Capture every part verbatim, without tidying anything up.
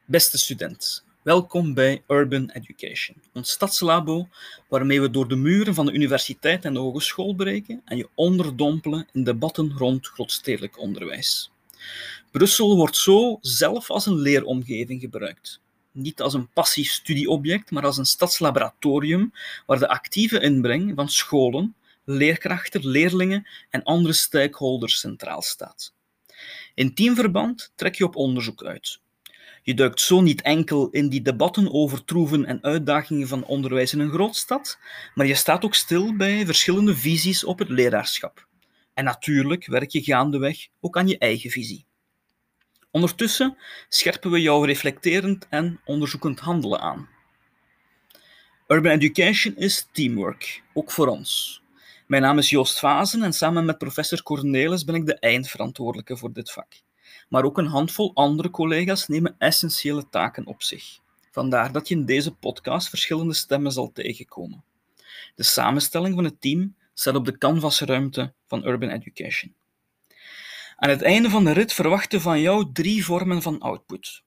Beste student, welkom bij Urban Education, ons stadslabo waarmee we door de muren van de universiteit en de hogeschool breken en je onderdompelen in debatten rond grootstedelijk onderwijs. Brussel wordt zo zelf als een leeromgeving gebruikt. Niet als een passief studieobject, maar als een stadslaboratorium waar de actieve inbreng van scholen, leerkrachten, leerlingen en andere stakeholders centraal staat. In teamverband trek je op onderzoek uit. Je duikt zo niet enkel in die debatten over troeven en uitdagingen van onderwijs in een grootstad, maar je staat ook stil bij verschillende visies op het leraarschap. En natuurlijk werk je gaandeweg ook aan je eigen visie. Ondertussen scherpen we jouw reflecterend en onderzoekend handelen aan. Urban Education is teamwork, ook voor ons. Mijn naam is Joost Vazen en samen met professor Cornelis ben ik de eindverantwoordelijke voor dit vak. Maar ook een handvol andere collega's nemen essentiële taken op zich. Vandaar dat je in deze podcast verschillende stemmen zal tegenkomen. De samenstelling van het team staat op de canvasruimte van Urban Education. Aan het einde van de rit verwachten van jou drie vormen van output.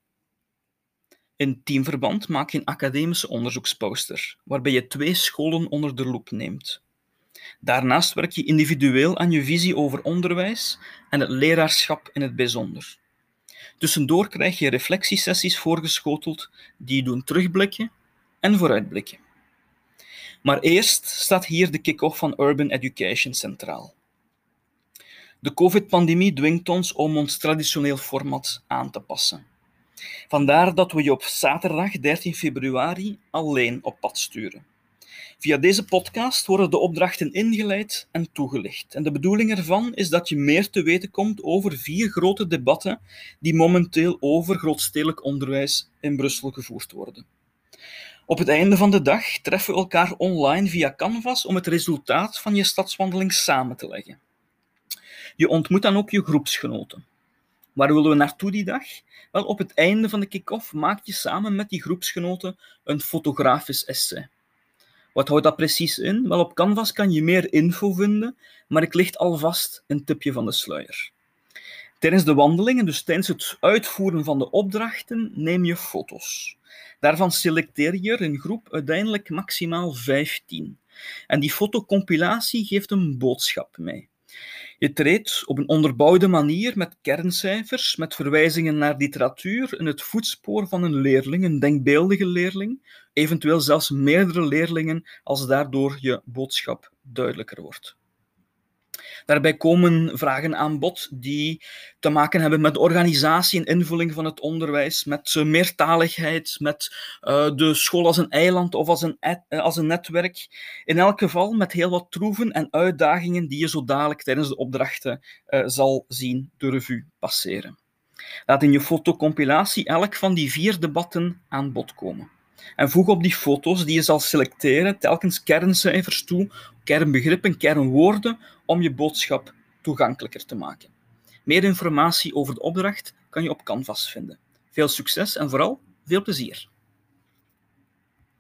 In teamverband maak je een academische onderzoeksposter, waarbij je twee scholen onder de loep neemt. Daarnaast werk je individueel aan je visie over onderwijs en het leraarschap in het bijzonder. Tussendoor krijg je reflectiesessies voorgeschoteld die je doen terugblikken en vooruitblikken. Maar eerst staat hier de kick-off van Urban Education centraal. De covid-pandemie dwingt ons om ons traditioneel format aan te passen. Vandaar dat we je op zaterdag dertien februari alleen op pad sturen. Via deze podcast worden de opdrachten ingeleid en toegelicht. En de bedoeling ervan is dat je meer te weten komt over vier grote debatten die momenteel over grootstedelijk onderwijs in Brussel gevoerd worden. Op het einde van de dag treffen we elkaar online via Canvas om het resultaat van je stadswandeling samen te leggen. Je ontmoet dan ook je groepsgenoten. Waar willen we naartoe die dag? Wel, op het einde van de kick-off maak je samen met die groepsgenoten een fotografisch essay. Wat houdt dat precies in? Wel, op Canvas kan je meer info vinden, maar ik licht alvast een tipje van de sluier. Tijdens de wandelingen, dus tijdens het uitvoeren van de opdrachten, neem je foto's. Daarvan selecteer je er in groep uiteindelijk maximaal vijftien. En die fotocompilatie geeft een boodschap mee. Je treedt op een onderbouwde manier met kerncijfers, met verwijzingen naar literatuur, in het voetspoor van een leerling, een denkbeeldige leerling, eventueel zelfs meerdere leerlingen, als daardoor je boodschap duidelijker wordt. Daarbij komen vragen aan bod die te maken hebben met de organisatie en invulling van het onderwijs, met uh, meertaligheid, met uh, de school als een eiland of als een, et- uh, als een netwerk. In elk geval met heel wat troeven en uitdagingen die je zo dadelijk tijdens de opdrachten uh, zal zien de revue passeren. Laat in je fotocompilatie elk van die vier debatten aan bod komen. En voeg op die foto's die je zal selecteren telkens kerncijfers toe, kernbegrippen, kernwoorden, om je boodschap toegankelijker te maken. Meer informatie over de opdracht kan je op Canvas vinden. Veel succes en vooral veel plezier!